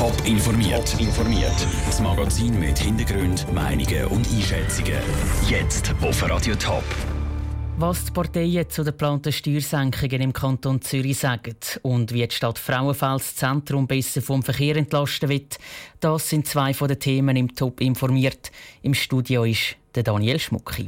Top informiert. Das Magazin mit Hintergrund, Meinungen und Einschätzungen. Jetzt auf Radio Top. Was die Parteien zu den geplanten Steuersenkungen im Kanton Zürich sagen und wie die Stadt Frauenfeld das Zentrum besser vom Verkehr entlasten wird, das sind zwei von den Themen im Top informiert. Im Studio ist der Daniel Schmucki.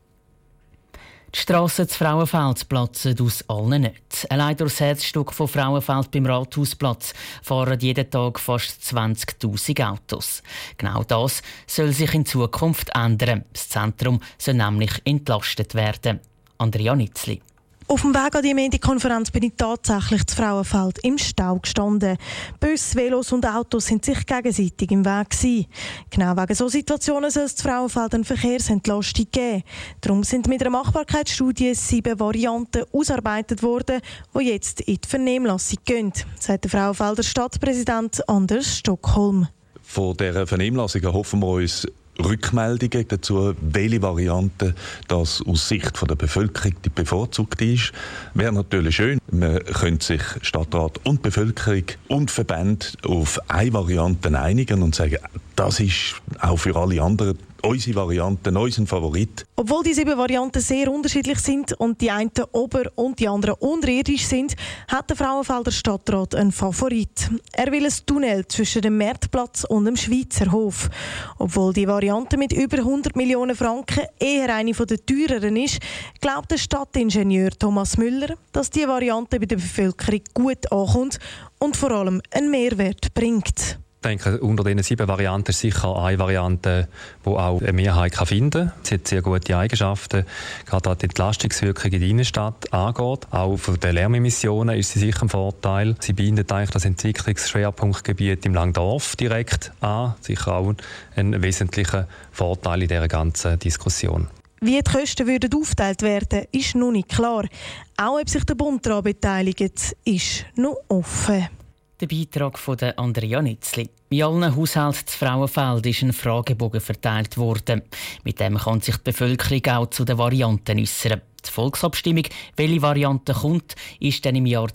Die Strassen zu Frauenfeld platzen aus allen nicht. Allein durchs Herzstück von Frauenfeld beim Rathausplatz fahren jeden Tag fast 20'000 Autos. Genau das soll sich in Zukunft ändern. Das Zentrum soll nämlich entlastet werden. Andrea Nitzli. Auf dem Weg an die Medienkonferenz bin ich tatsächlich zu Frauenfeld im Stau gestanden. Busse, Velos und Autos sind sich gegenseitig im Weg gewesen. Genau wegen solchen Situationen soll es zu Frauenfeld eine Verkehrsentlastung geben. Darum sind mit einer Machbarkeitsstudie 7 Varianten ausgearbeitet worden, die jetzt in die Vernehmlassung gehen, sagt der Frauenfelder Stadtpräsident Anders Stockholm. Von dieser Vernehmlassung erhoffen wir uns Rückmeldungen dazu, welche Variante das aus Sicht der Bevölkerung die bevorzugte ist. Wäre natürlich schön, man könnte sich Stadtrat und Bevölkerung und Verbände auf eine Variante einigen und sagen, das ist auch für alle anderen unsere Variante, unser Favorit. Obwohl die 7 Varianten sehr unterschiedlich sind und die einen ober- und die anderen unterirdisch sind, hat der Frauenfelder Stadtrat einen Favorit. Er will ein Tunnel zwischen dem Marktplatz und dem Schweizer Hof. Obwohl die Variante mit über 100 Millionen Franken eher eine der teureren ist, glaubt der Stadtingenieur Thomas Müller, dass die Variante bei der Bevölkerung gut ankommt und vor allem einen Mehrwert bringt. Ich denke, unter diesen 7 Varianten ist sicher eine Variante, die auch eine Mehrheit finden kann. Sie hat sehr gute Eigenschaften, gerade was die Entlastungswirkung in der Innenstadt angeht. Auch für die Lärmemissionen ist sie sicher ein Vorteil. Sie bindet eigentlich das Entwicklungsschwerpunktgebiet im Langdorf direkt an. Sicher auch ein wesentlicher Vorteil in dieser ganzen Diskussion. Wie die Kosten aufgeteilt werden, ist noch nicht klar. Auch ob sich der Bund daran beteiligt, ist noch offen. Der Beitrag von Andrea Nitzli. In allen Haushalten zu Frauenfeld ist ein Fragebogen verteilt worden. Mit dem kann sich die Bevölkerung auch zu den Varianten äußern. Die Volksabstimmung, welche Variante kommt, ist dann im Jahr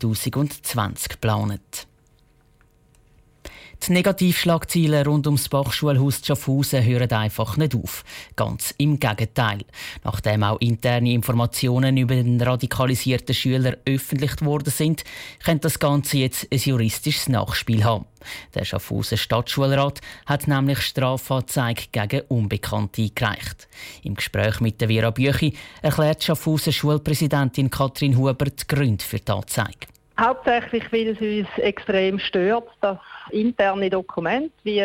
2020 geplant. Die Negativschlagzeilen rund ums Bachschulhaus Schaffhausen hören einfach nicht auf. Ganz im Gegenteil. Nachdem auch interne Informationen über den radikalisierten Schüler öffentlich worden sind, könnte das Ganze jetzt ein juristisches Nachspiel haben. Der Schaffhauser Stadtschulrat hat nämlich Strafanzeige gegen Unbekannte eingereicht. Im Gespräch mit der Vera Büchi erklärt die Schaffhauser Schulpräsidentin Katrin Huber die Gründe für die Anzeige. Hauptsächlich, weil es uns extrem stört, dass interne Dokumente wie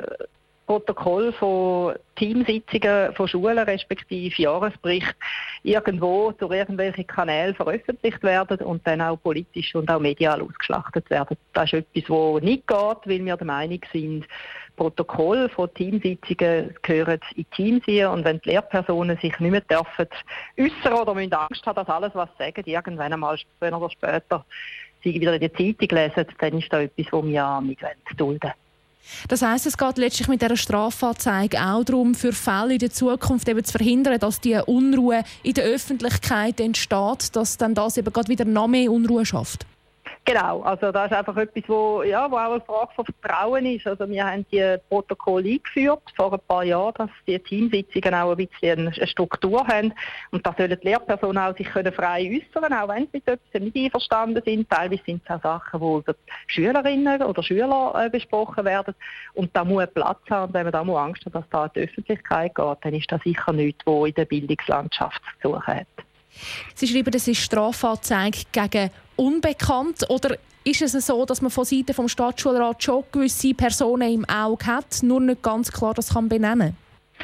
Protokoll von Teamsitzungen von Schulen respektive Jahresbericht irgendwo durch irgendwelche Kanäle veröffentlicht werden und dann auch politisch und auch medial ausgeschlachtet werden. Das ist etwas, was nicht geht, weil wir der Meinung sind, Protokoll von Teamsitzungen gehören in Teams hier und wenn die Lehrpersonen sich nicht mehr dürfen äußern oder müssen Angst haben, dass alles, was sie sagen, irgendwann einmal früher oder später sie wieder in der Zeitung lesen, dann ist das etwas, was wir nicht dulden wollen. Das heisst, es geht letztlich mit dieser Strafanzeige auch darum, für Fälle in der Zukunft eben zu verhindern, dass die Unruhe in der Öffentlichkeit entsteht, dass dann das eben gerade wieder noch mehr Unruhe schafft. Genau, also das ist einfach etwas, wo auch eine Frage von Vertrauen ist. Also wir haben die Protokolle eingeführt vor ein paar Jahren, dass die Teamsitzungen auch ein bisschen eine Struktur haben und da sollen die Lehrpersonen auch sich frei äußern, auch wenn sie mit etwas nicht einverstanden sind. Teilweise sind es auch Sachen, die über Schülerinnen oder Schüler besprochen werden und da muss Platz haben. Und wenn man da Angst hat, dass da in die Öffentlichkeit geht, dann ist das sicher nichts, was in der Bildungslandschaft zu suchen hat. Sie schreiben, das ist Strafanzeige gegen Unbekannt. Oder ist es so, dass man von Seiten des Stadtschulrats schon gewisse Personen im Auge hat, nur nicht ganz klar das kann benennen?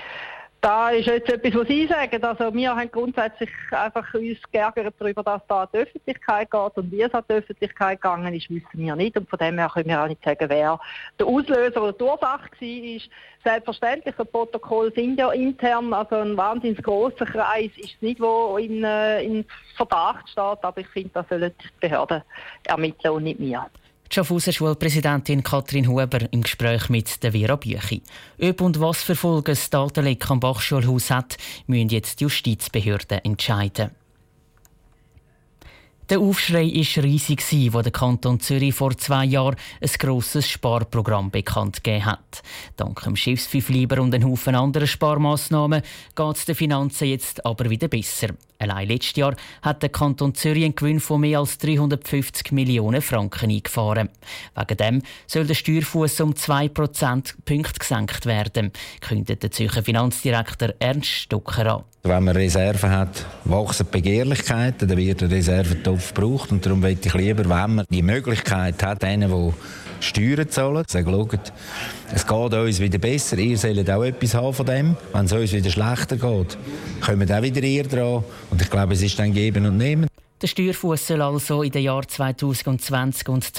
Da ist jetzt etwas, was Sie sagen. Also wir haben grundsätzlich einfach uns geärgert darüber, dass da an die Öffentlichkeit geht. Und wie es an die Öffentlichkeit gegangen ist, wissen wir nicht. Und von dem her können wir auch nicht sagen, wer der Auslöser oder die Ursache war. Selbstverständlich, die Protokolle sind ja intern, also ein wahnsinnig grosser Kreis ist es nicht, der in Verdacht steht. Aber ich finde, das sollen die Behörden ermitteln und nicht wir. Die Schaffhauser Schulpräsidentin Katrin Huber im Gespräch mit der Vera Büchi. Ob und was für Folgen das Datenleck am Bachschulhaus hat, müssen jetzt die Justizbehörden entscheiden. Der Aufschrei war riesig, als der Kanton Zürich vor 2 Jahren ein grosses Sparprogramm bekannt gegeben hat. Dank dem Schiffspfeifleiber und einem Haufen anderer Sparmassnahmen geht es den Finanzen jetzt aber wieder besser. Allein letztes Jahr hat der Kanton Zürich einen Gewinn von mehr als 350 Millionen Franken eingefahren. Wegen dem soll der Steuerfuss um 2 Prozentpunkte gesenkt werden, kündigt der Zürcher Finanzdirektor Ernst Stocker an. Wenn man Reserven hat, wachsen die Begehrlichkeiten, dann wird der Reservetopf gebraucht. Und darum möchte ich lieber, wenn man die Möglichkeit hat, denen, die Steuern zahlen, sagen, schaut, es geht uns wieder besser, ihr sollt auch etwas haben von dem. Wenn es uns wieder schlechter geht, kommen auch wieder ihr dran. Und ich glaube, es ist dann Geben und Nehmen. Der Steuerfuss soll also in den Jahren 2020 und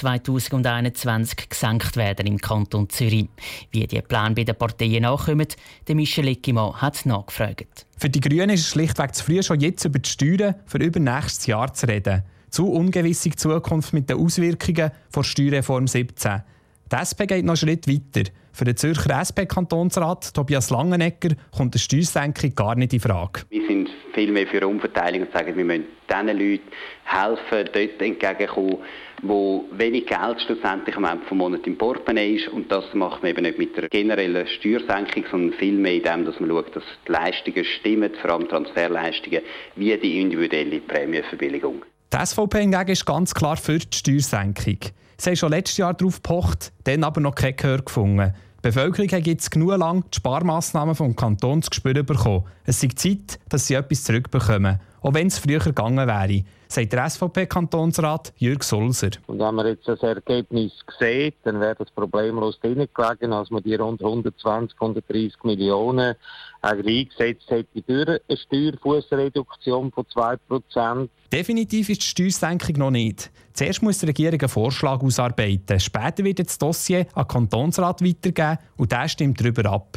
2021 gesenkt werden im Kanton Zürich. Wie die Pläne bei den Parteien nachkommen, der Michel Eckimann hat nachgefragt. Für die Grünen ist es schlichtweg zu früh, schon jetzt über die Steuern für übernächstes Jahr zu reden. Zu ungewiss die Zukunft mit den Auswirkungen der Steuerreform 17. Die SP geht noch einen Schritt weiter. Für den Zürcher SP-Kantonsrat Tobias Langenegger kommt eine Steuersenkung gar nicht in Frage. Wir sind viel mehr für eine Umverteilung und sagen, wir müssen diesen Leuten helfen, dort entgegenkommen, wo wenig Geld schlussendlich am Ende des Monats im Portemonnaie ist. Und das macht man eben nicht mit einer generellen Steuersenkung, sondern vielmehr in dem, dass man schaut, dass die Leistungen stimmen, vor allem Transferleistungen, wie die individuelle Prämienverbilligung. Die SVP hingegen ist ganz klar für die Steuersenkung. Sie haben schon letztes Jahr darauf gepocht, dann aber noch kein Gehör gefunden. Die Bevölkerung hat jetzt genug lang die Sparmassnahmen vom Kanton zu spüren bekommen. Es ist Zeit, dass sie etwas zurückbekommen, auch wenn es früher gegangen wäre, sagt der SVP-Kantonsrat Jürg Sulzer. Und wenn man jetzt das Ergebnis sieht, dann wäre das problemlos drin gelegen, als man die rund 120, 130 Millionen eingesetzt hätte durch eine Steuerfussreduktion von 2%. Definitiv ist die Steuersenkung noch nicht. Zuerst muss die Regierung einen Vorschlag ausarbeiten. Später wird das Dossier an den Kantonsrat weitergeben und der stimmt darüber ab.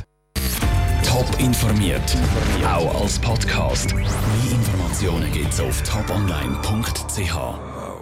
Top informiert, auch als Podcast. Mehr Informationen gibt's auf toponline.ch.